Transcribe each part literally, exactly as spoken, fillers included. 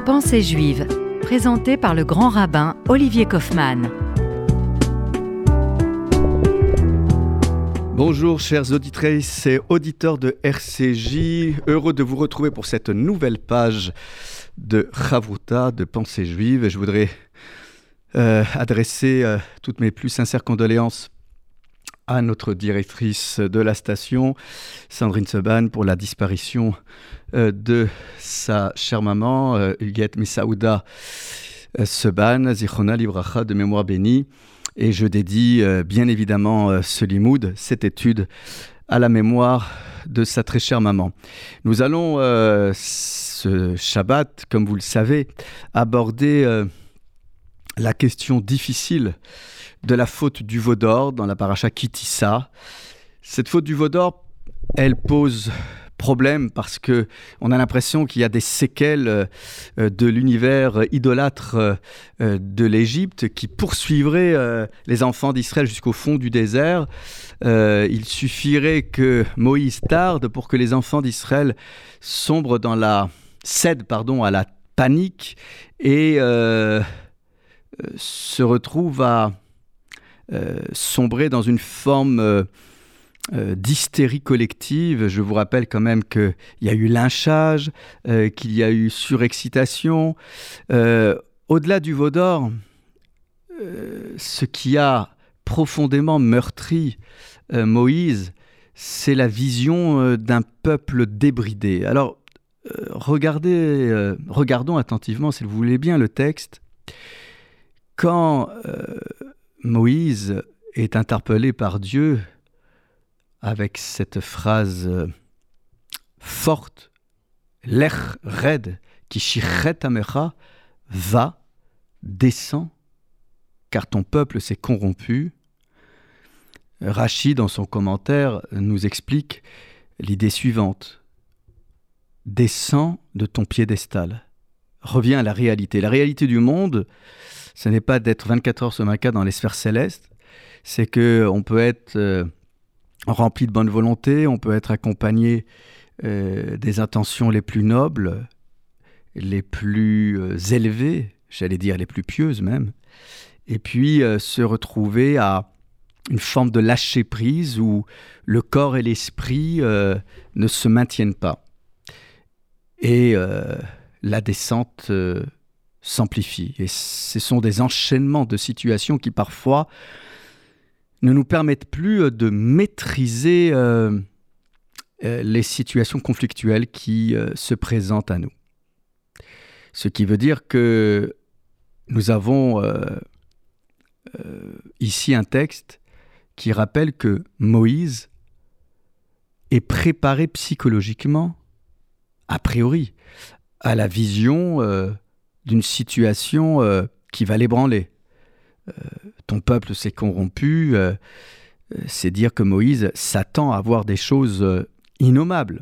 Pensée juive, présentée par le grand rabbin Olivier Kaufmann. Bonjour chers auditrices et auditeurs de R C J, heureux de vous retrouver pour cette nouvelle page de Chavruta, de Pensée juive. Et je voudrais euh, adresser euh, toutes mes plus sincères condoléances à notre directrice de la station, Sandrine Seban, pour la disparition euh, de sa chère maman, euh, Huguette Messaouda euh, Seban, Zichrona Libracha, de mémoire bénie. Et je dédie euh, bien évidemment euh, ce limoud, cette étude, à la mémoire de sa très chère maman. Nous allons, euh, ce Shabbat, comme vous le savez, aborder euh, la question difficile de la faute du veau d'or dans la paracha Ki Tisa. Cette faute du veau d'or, elle pose problème parce que on a l'impression qu'il y a des séquelles euh, de l'univers idolâtre euh, de l'Égypte qui poursuivraient euh, les enfants d'Israël jusqu'au fond du désert. Euh, il suffirait que Moïse tarde pour que les enfants d'Israël sombrent dans la cèdent pardon à la panique et euh, se retrouvent à euh, sombrer dans une forme euh, Euh, d'hystérie collective. Je vous rappelle quand même qu'il y a eu lynchage, euh, qu'il y a eu surexcitation. Euh, au-delà du veau d'or, euh, ce qui a profondément meurtri euh, Moïse, c'est la vision euh, d'un peuple débridé. Alors, euh, regardez, euh, regardons attentivement, si vous voulez bien, le texte. Quand euh, Moïse est interpellé par Dieu, avec cette phrase euh, forte, Lech red, qui shichet amecha, va, descends, car ton peuple s'est corrompu. Rachi, dans son commentaire, nous explique l'idée suivante. Descends de ton piédestal, reviens à la réalité. La réalité du monde, ce n'est pas d'être vingt-quatre heures sur vingt-quatre dans les sphères célestes, c'est qu'on peut être Euh, rempli de bonne volonté, on peut être accompagné euh, des intentions les plus nobles, les plus euh, élevées, j'allais dire les plus pieuses même, et puis euh, se retrouver à une forme de lâcher-prise où le corps et l'esprit euh, ne se maintiennent pas. Et euh, la descente euh, s'amplifie. Et ce sont des enchaînements de situations qui parfois ne nous permettent plus de maîtriser euh, euh, les situations conflictuelles qui euh, se présentent à nous. Ce qui veut dire que nous avons euh, euh, ici un texte qui rappelle que Moïse est préparé psychologiquement, a priori, à la vision euh, d'une situation euh, qui va l'ébranler. Euh, ton peuple s'est corrompu, euh, c'est dire que Moïse s'attend à voir des choses euh, innommables.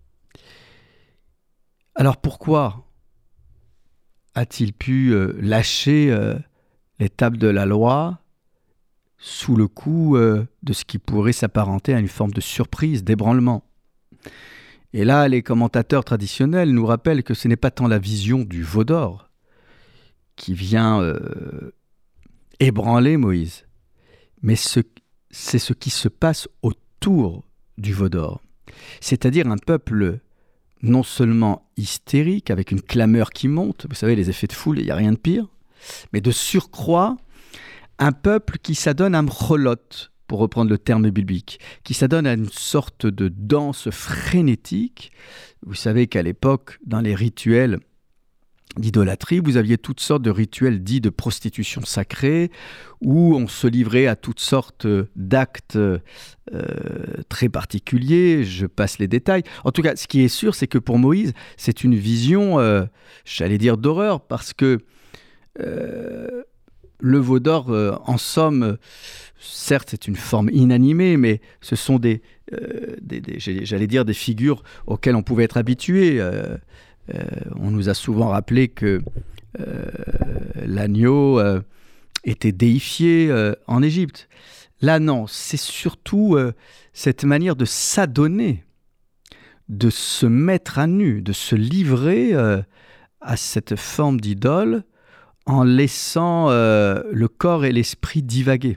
Alors pourquoi a-t-il pu euh, lâcher euh, les tables de la loi sous le coup euh, de ce qui pourrait s'apparenter à une forme de surprise, d'ébranlement? Et là, les commentateurs traditionnels nous rappellent que ce n'est pas tant la vision du veau d'or qui vient euh, ébranler Moïse, mais ce, c'est ce qui se passe autour du veau d'or. C'est-à-dire un peuple non seulement hystérique, avec une clameur qui monte, vous savez, les effets de foule, il n'y a rien de pire, mais de surcroît, un peuple qui s'adonne à mcholot, pour reprendre le terme biblique, qui s'adonne à une sorte de danse frénétique. Vous savez qu'à l'époque, dans les rituels d'idolâtrie, vous aviez toutes sortes de rituels dits de prostitution sacrée, où on se livrait à toutes sortes d'actes euh, très particuliers, je passe les détails. En tout cas, ce qui est sûr, c'est que pour Moïse, c'est une vision, euh, j'allais dire d'horreur, parce que euh, le veau d'or, euh, en somme, certes, c'est une forme inanimée, mais ce sont des, euh, des, des j'allais dire, des figures auxquelles on pouvait être habitué. Euh, Euh, on nous a souvent rappelé que euh, l'agneau euh, était déifié euh, en Égypte. Là, non, c'est surtout euh, cette manière de s'adonner, de se mettre à nu, de se livrer euh, à cette forme d'idole en laissant euh, le corps et l'esprit divaguer.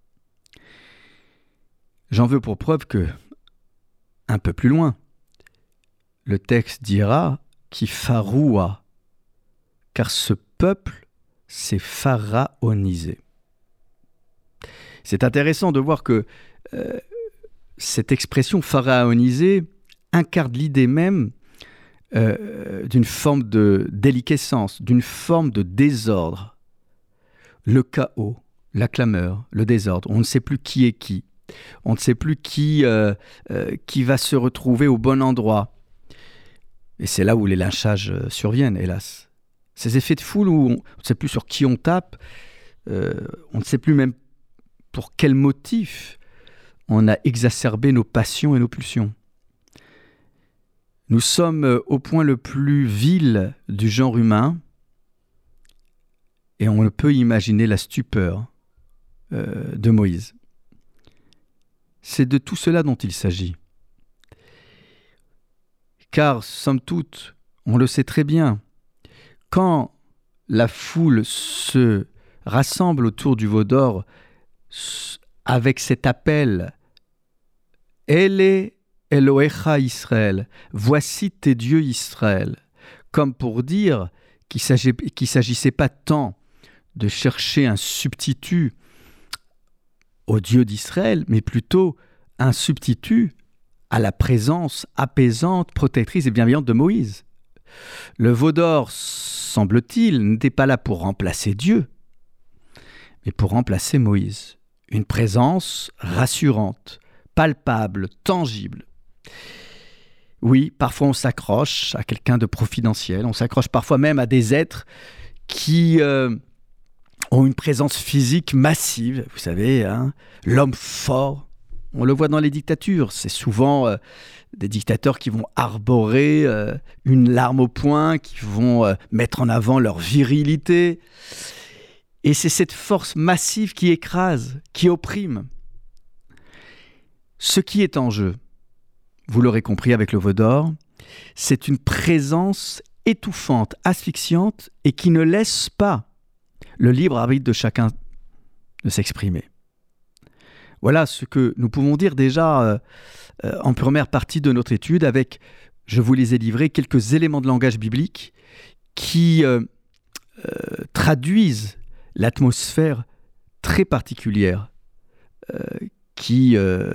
J'en veux pour preuve que, un peu plus loin, le texte dira « qui faroua », car ce peuple s'est pharaonisé. C'est intéressant de voir que euh, cette expression pharaonisé incarne l'idée même euh, d'une forme de déliquescence, d'une forme de désordre. Le chaos, la clameur, le désordre, on ne sait plus qui est qui. On ne sait plus qui, euh, euh, qui va se retrouver au bon endroit. Et c'est là où les lynchages surviennent, hélas. Ces effets de foule où on ne sait plus sur qui on tape, euh, on ne sait plus même pour quel motif on a exacerbé nos passions et nos pulsions. Nous sommes au point le plus vil du genre humain et on ne peut imaginer la stupeur euh, de Moïse. C'est de tout cela dont il s'agit. Car, somme toute, on le sait très bien, quand la foule se rassemble autour du veau d'or avec cet appel « Ele Elohecha Israël », « Voici tes dieux Israël », comme pour dire qu'il s'agit, qu'il ne s'agissait pas tant de chercher un substitut au Dieu d'Israël, mais plutôt un substitut à la présence apaisante, protectrice et bienveillante de Moïse. Le veau d'or, semble-t-il, n'était pas là pour remplacer Dieu, mais pour remplacer Moïse. Une présence rassurante, palpable, tangible. Oui, parfois on s'accroche à quelqu'un de providentiel, on s'accroche parfois même à des êtres qui euh, ont une présence physique massive, vous savez, hein, l'homme fort. On le voit dans les dictatures, c'est souvent euh, des dictateurs qui vont arborer euh, une larme au poing, qui vont euh, mettre en avant leur virilité. Et c'est cette force massive qui écrase, qui opprime. Ce qui est en jeu, vous l'aurez compris avec le veau d'or, c'est une présence étouffante, asphyxiante et qui ne laisse pas le libre arbitre de chacun de s'exprimer. Voilà ce que nous pouvons dire déjà euh, euh, en première partie de notre étude avec, je vous les ai livrés, quelques éléments de langage biblique qui euh, euh, traduisent l'atmosphère très particulière euh, qui euh,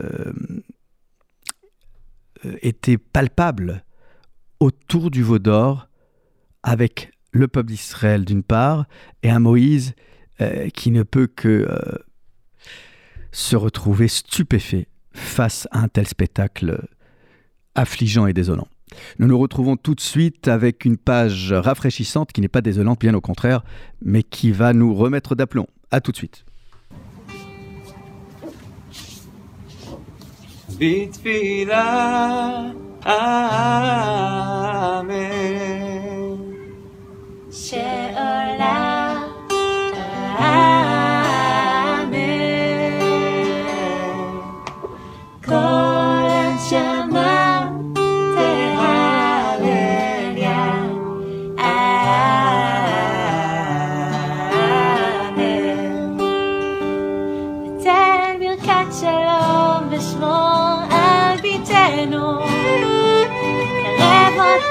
était palpable autour du veau d'or avec le peuple d'Israël d'une part et un Moïse euh, qui ne peut que euh, se retrouver stupéfait face à un tel spectacle affligeant et désolant. Nous nous retrouvons tout de suite avec une page rafraîchissante qui n'est pas désolante, bien au contraire, mais qui va nous remettre d'aplomb. À tout de suite. בתפילה, אמן. שעולה, אמן. כל הנשמה תהלליה, אמן. ותן ברכת שלום ושמור על ביתנו, קרב עוד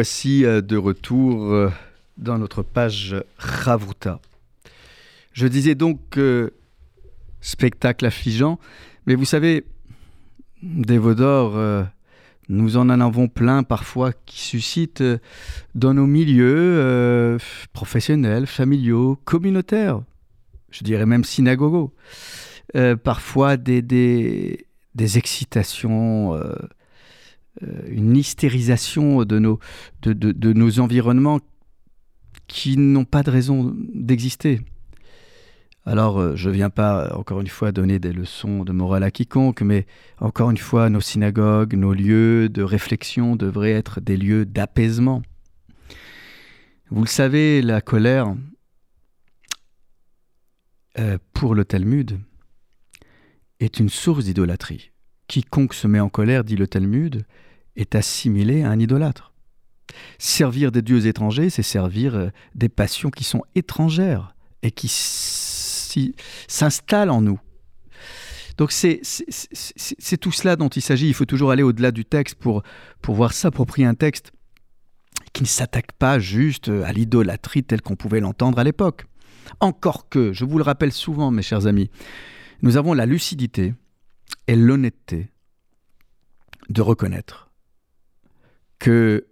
voici euh, de retour euh, dans notre page Chavruta. Je disais donc que spectacle affligeant, mais vous savez, des veaux d'or, euh, nous en avons plein parfois qui suscitent euh, dans nos milieux euh, professionnels, familiaux, communautaires, je dirais même synagogaux, euh, parfois des, des, des excitations, euh, euh, une hystérisation de nos, de, de, de nos environnements qui n'ont pas de raison d'exister. Alors, je ne viens pas, encore une fois, donner des leçons de morale à quiconque, mais encore une fois, nos synagogues, nos lieux de réflexion devraient être des lieux d'apaisement. Vous le savez, la colère, euh, pour le Talmud, est une source d'idolâtrie. Quiconque se met en colère, dit le Talmud, est assimilé à un idolâtre. Servir des dieux étrangers, c'est servir des passions qui sont étrangères et qui s'installe en nous. Donc c'est, c'est, c'est, c'est tout cela dont il s'agit. Il faut toujours aller au-delà du texte pour, pour voir s'approprier un texte qui ne s'attaque pas juste à l'idolâtrie telle qu'on pouvait l'entendre à l'époque. Encore que, je vous le rappelle souvent, mes chers amis, nous avons la lucidité et l'honnêteté de reconnaître que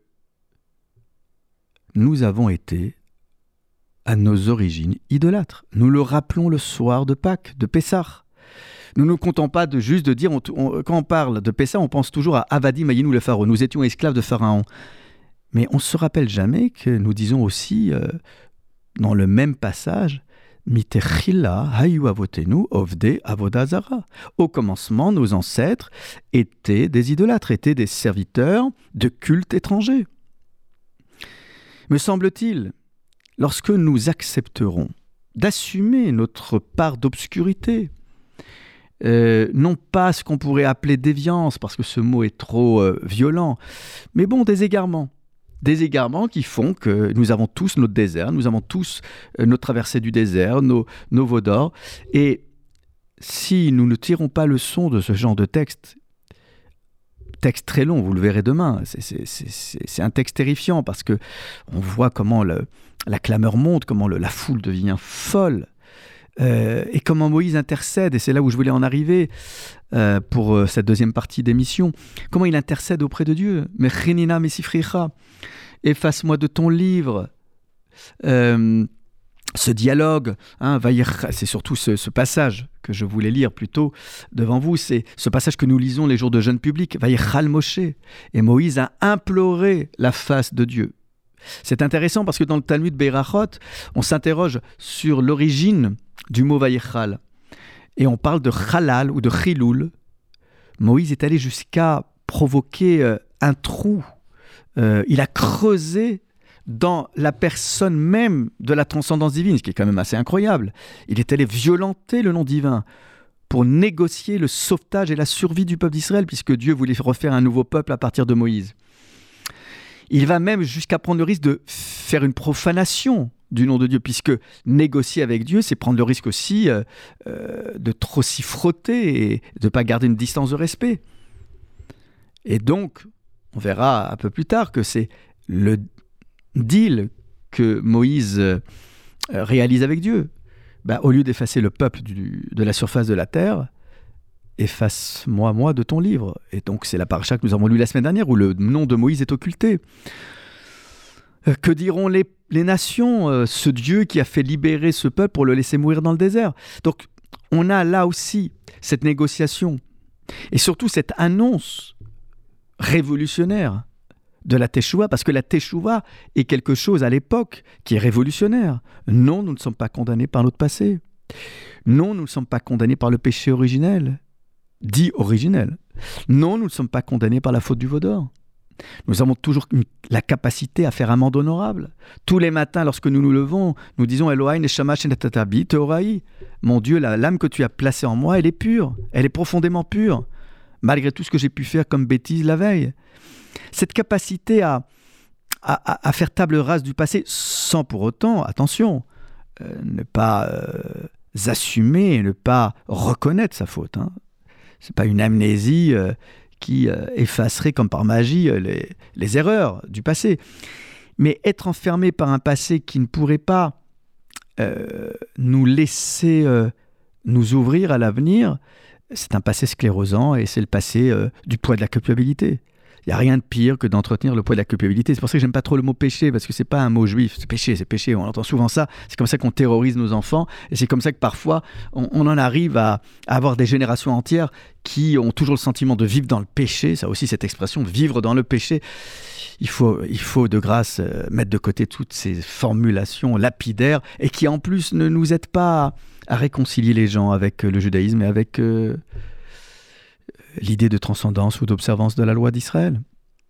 nous avons été à nos origines idolâtres. Nous le rappelons le soir de Pâques, de Pessah. Nous ne comptons pas de juste de dire, on, on, quand on parle de Pessah, on pense toujours à Avadim Ayinou le Pharaon. Nous étions esclaves de Pharaon. Mais on ne se rappelle jamais que nous disons aussi, euh, dans le même passage, Mitechila hayu avotenu ovde avodazara. Au commencement, nos ancêtres étaient des idolâtres, étaient des serviteurs de culte étranger. Me semble-t-il, lorsque nous accepterons d'assumer notre part d'obscurité, euh, non pas ce qu'on pourrait appeler déviance, parce que ce mot est trop euh, violent, mais bon, des égarements. Des égarements qui font que nous avons tous notre désert, nous avons tous euh, notre traversée du désert, nos, nos veaux d'or. Et si nous ne tirons pas leçon de ce genre de texte, texte très long, vous le verrez demain, c'est, c'est, c'est, c'est un texte terrifiant parce que on voit comment le, la clameur monte, comment le, la foule devient folle, euh, et comment Moïse intercède, et c'est là où je voulais en arriver euh, pour euh, cette deuxième partie d'émission, comment il intercède auprès de Dieu. Mechinina mesifricha, efface-moi de ton livre. Euh, ce dialogue, hein, c'est surtout ce, ce passage que je voulais lire plutôt devant vous, c'est ce passage que nous lisons les jours de jeûne public, Vayichal Moshe, et Moïse a imploré la face de Dieu. C'est intéressant parce que dans le Talmud Beirachot, on s'interroge sur l'origine du mot Vayichal, et on parle de Chalal ou de Chiloul. Moïse est allé jusqu'à provoquer euh, un trou, euh, il a creusé dans la personne même de la transcendance divine, ce qui est quand même assez incroyable. Il est allé violenter le nom divin pour négocier le sauvetage et la survie du peuple d'Israël, puisque Dieu voulait refaire un nouveau peuple à partir de Moïse. Il va même jusqu'à prendre le risque de faire une profanation du nom de Dieu, puisque négocier avec Dieu, c'est prendre le risque aussi euh, euh, de trop s'y frotter et de ne pas garder une distance de respect. Et donc, on verra un peu plus tard que c'est le deal que Moïse euh, réalise avec Dieu. Ben, au lieu d'effacer le peuple du, de la surface de la terre, efface-moi, moi, de ton livre. Et donc, c'est la paracha que nous avons lue la semaine dernière, où le nom de Moïse est occulté. Euh, que diront les, les nations, euh, ce Dieu qui a fait libérer ce peuple pour le laisser mourir dans le désert? Donc, on a là aussi cette négociation. Et surtout, cette annonce révolutionnaire de la Teshuvah, parce que la Teshuvah est quelque chose à l'époque qui est révolutionnaire. Non, nous ne sommes pas condamnés par notre passé. Non, nous ne sommes pas condamnés par le péché originel, dit originel. Non, nous ne sommes pas condamnés par la faute du veau d'or. Nous avons toujours une, la capacité à faire un monde honorable. Tous les matins, lorsque nous nous levons, nous disons Elohai neshama shenatatabi teorai. Mon Dieu, la l'âme que tu as placée en moi, elle est pure, elle est profondément pure, malgré tout ce que j'ai pu faire comme bêtise la veille. Cette capacité à, à, à faire table rase du passé, sans pour autant, attention, euh, ne pas euh, assumer, ne pas reconnaître sa faute. Hein. Ce n'est pas une amnésie euh, qui euh, effacerait comme par magie euh, les, les erreurs du passé. Mais être enfermé par un passé qui ne pourrait pas euh, nous laisser euh, nous ouvrir à l'avenir, c'est un passé sclérosant et c'est le passé euh, du poids de la culpabilité. Il n'y a rien de pire que d'entretenir le poids de la culpabilité. C'est pour ça que j'aime pas trop le mot péché, parce que c'est pas un mot juif. C'est péché, c'est péché. On entend souvent ça. C'est comme ça qu'on terrorise nos enfants. Et c'est comme ça que parfois, on, on en arrive à, à avoir des générations entières qui ont toujours le sentiment de vivre dans le péché. Ça aussi, cette expression, vivre dans le péché. Il faut, il faut de grâce euh, mettre de côté toutes ces formulations lapidaires et qui, en plus, ne nous aident pas à, à réconcilier les gens avec euh, le judaïsme et avec... Euh, l'idée de transcendance ou d'observance de la loi d'Israël.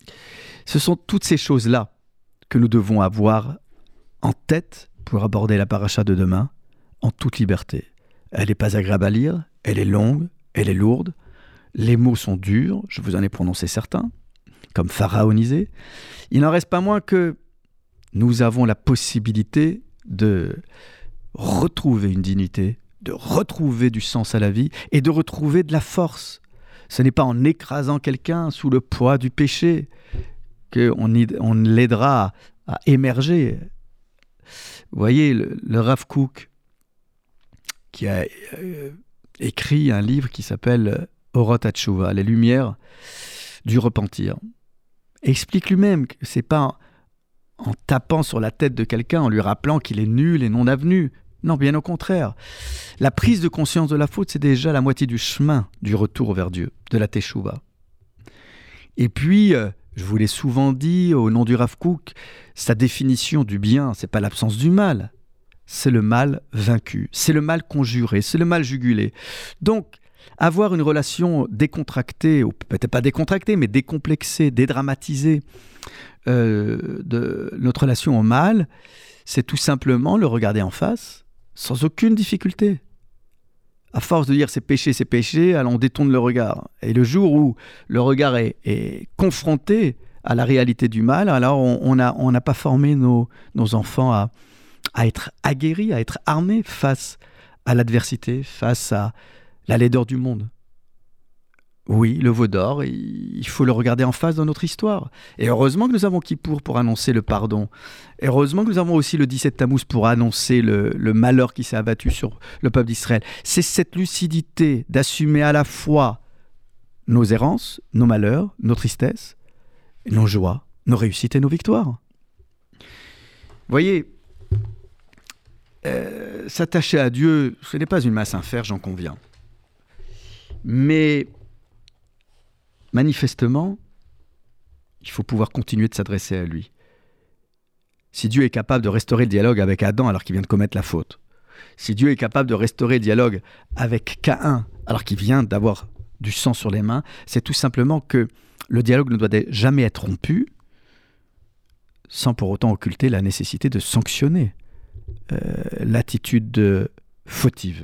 Ce sont toutes ces choses-là que nous devons avoir en tête pour aborder la paracha de demain en toute liberté. Elle n'est pas agréable à lire, elle est longue, elle est lourde, les mots sont durs, je vous en ai prononcé certains, comme pharaonisé. Il n'en reste pas moins que nous avons la possibilité de retrouver une dignité, de retrouver du sens à la vie et de retrouver de la force. Ce n'est pas en écrasant quelqu'un sous le poids du péché qu'on on l'aidera à, à émerger. Vous voyez, le, le Rav Kook, qui a euh, écrit un livre qui s'appelle Orot HaTshuva, les lumières du repentir, explique lui-même que ce n'est pas en, en tapant sur la tête de quelqu'un, en lui rappelant qu'il est nul et non avenu. Non, bien au contraire. La prise de conscience de la faute, c'est déjà la moitié du chemin du retour vers Dieu, de la Teshuvah. Et puis, euh, je vous l'ai souvent dit au nom du Rav Kook, sa définition du bien, c'est pas l'absence du mal, c'est le mal vaincu, c'est le mal conjuré, c'est le mal jugulé. Donc, avoir une relation décontractée, ou peut-être pas décontractée, mais décomplexée, dédramatisée euh, de notre relation au mal, c'est tout simplement le regarder en face, sans aucune difficulté. À force de dire c'est péché, c'est péché, alors on détourne le regard. Et le jour où le regard est, est confronté à la réalité du mal, alors on n'a on on pas formé nos, nos enfants à, à être aguerris, à être armés face à l'adversité, face à la laideur du monde. Oui, le veau d'or, il faut le regarder en face dans notre histoire. Et heureusement que nous avons Kippour pour annoncer le pardon. Et heureusement que nous avons aussi le dix-sept Tammuz pour annoncer le, le malheur qui s'est abattu sur le peuple d'Israël. C'est cette lucidité d'assumer à la fois nos errances, nos malheurs, nos tristesses, nos joies, nos réussites et nos victoires. Vous voyez, euh, s'attacher à Dieu, ce n'est pas une masse à faire, j'en conviens. Mais manifestement, il faut pouvoir continuer de s'adresser à lui. Si Dieu est capable de restaurer le dialogue avec Adam alors qu'il vient de commettre la faute, si Dieu est capable de restaurer le dialogue avec Caïn alors qu'il vient d'avoir du sang sur les mains, c'est tout simplement que le dialogue ne doit jamais être rompu sans pour autant occulter la nécessité de sanctionner euh, l'attitude de fautive.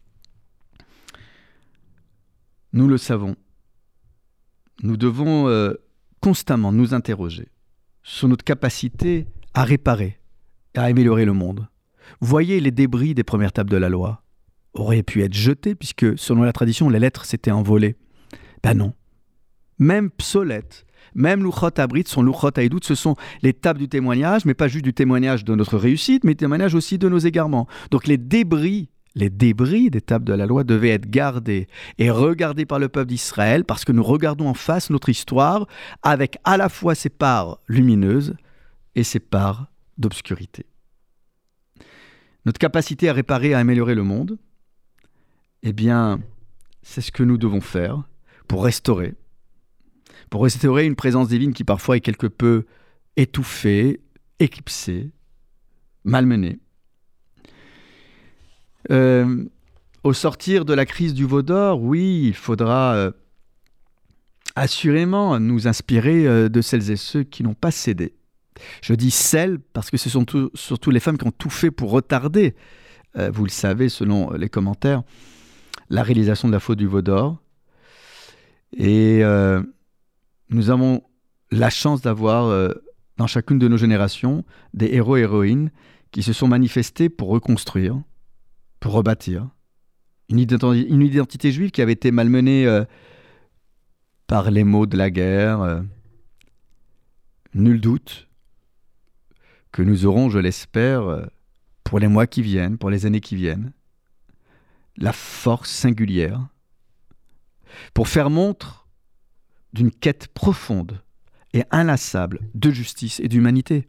Nous le savons. Nous devons euh, constamment nous interroger sur notre capacité à réparer et à améliorer le monde. Voyez, les débris des premières tables de la loi auraient pu être jetés puisque, selon la tradition, les lettres s'étaient envolées. Ben non. Même Psolète, même Luchot Abrit sont Luchot Haïdout, ce sont les tables du témoignage, mais pas juste du témoignage de notre réussite, mais témoignage aussi de nos égarements. Donc les débris Les débris des tables de la loi devaient être gardés et regardés par le peuple d'Israël parce que nous regardons en face notre histoire avec à la fois ses parts lumineuses et ses parts d'obscurité. Notre capacité à réparer, à améliorer le monde, eh bien, c'est ce que nous devons faire pour restaurer, pour restaurer une présence divine qui parfois est quelque peu étouffée, éclipsée, malmenée. Euh, au sortir de la crise du veau d'or, oui, il faudra euh, assurément nous inspirer euh, de celles et ceux qui n'ont pas cédé. Je dis celles parce que ce sont tout, surtout les femmes qui ont tout fait pour retarder, euh, vous le savez selon les commentaires, la réalisation de la faute du veau d'or. Et euh, nous avons la chance d'avoir euh, dans chacune de nos générations des héros et héroïnes qui se sont manifestés pour reconstruire, pour rebâtir une identité, une identité juive qui avait été malmenée euh, par les maux de la guerre. Euh, nul doute que nous aurons, je l'espère, euh, pour les mois qui viennent, pour les années qui viennent, la force singulière pour faire montre d'une quête profonde et inlassable de justice et d'humanité.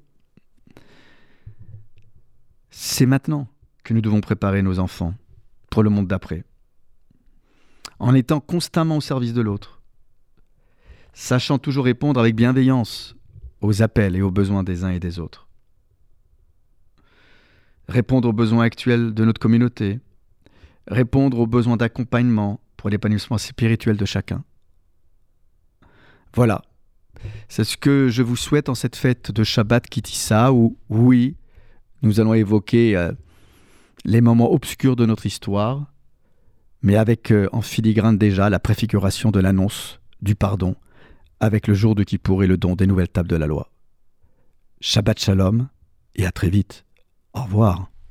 C'est maintenant que nous devons préparer nos enfants pour le monde d'après, en étant constamment au service de l'autre, sachant toujours répondre avec bienveillance aux appels et aux besoins des uns et des autres. Répondre aux besoins actuels de notre communauté, répondre aux besoins d'accompagnement pour l'épanouissement spirituel de chacun. Voilà, c'est ce que je vous souhaite en cette fête de Shabbat Ki Tissa, où, oui, nous allons évoquer euh, les moments obscurs de notre histoire, mais avec euh, en filigrane déjà la préfiguration de l'annonce du pardon, avec le jour de Kippour et le don des nouvelles tables de la loi. Shabbat Shalom, et à très vite. Au revoir.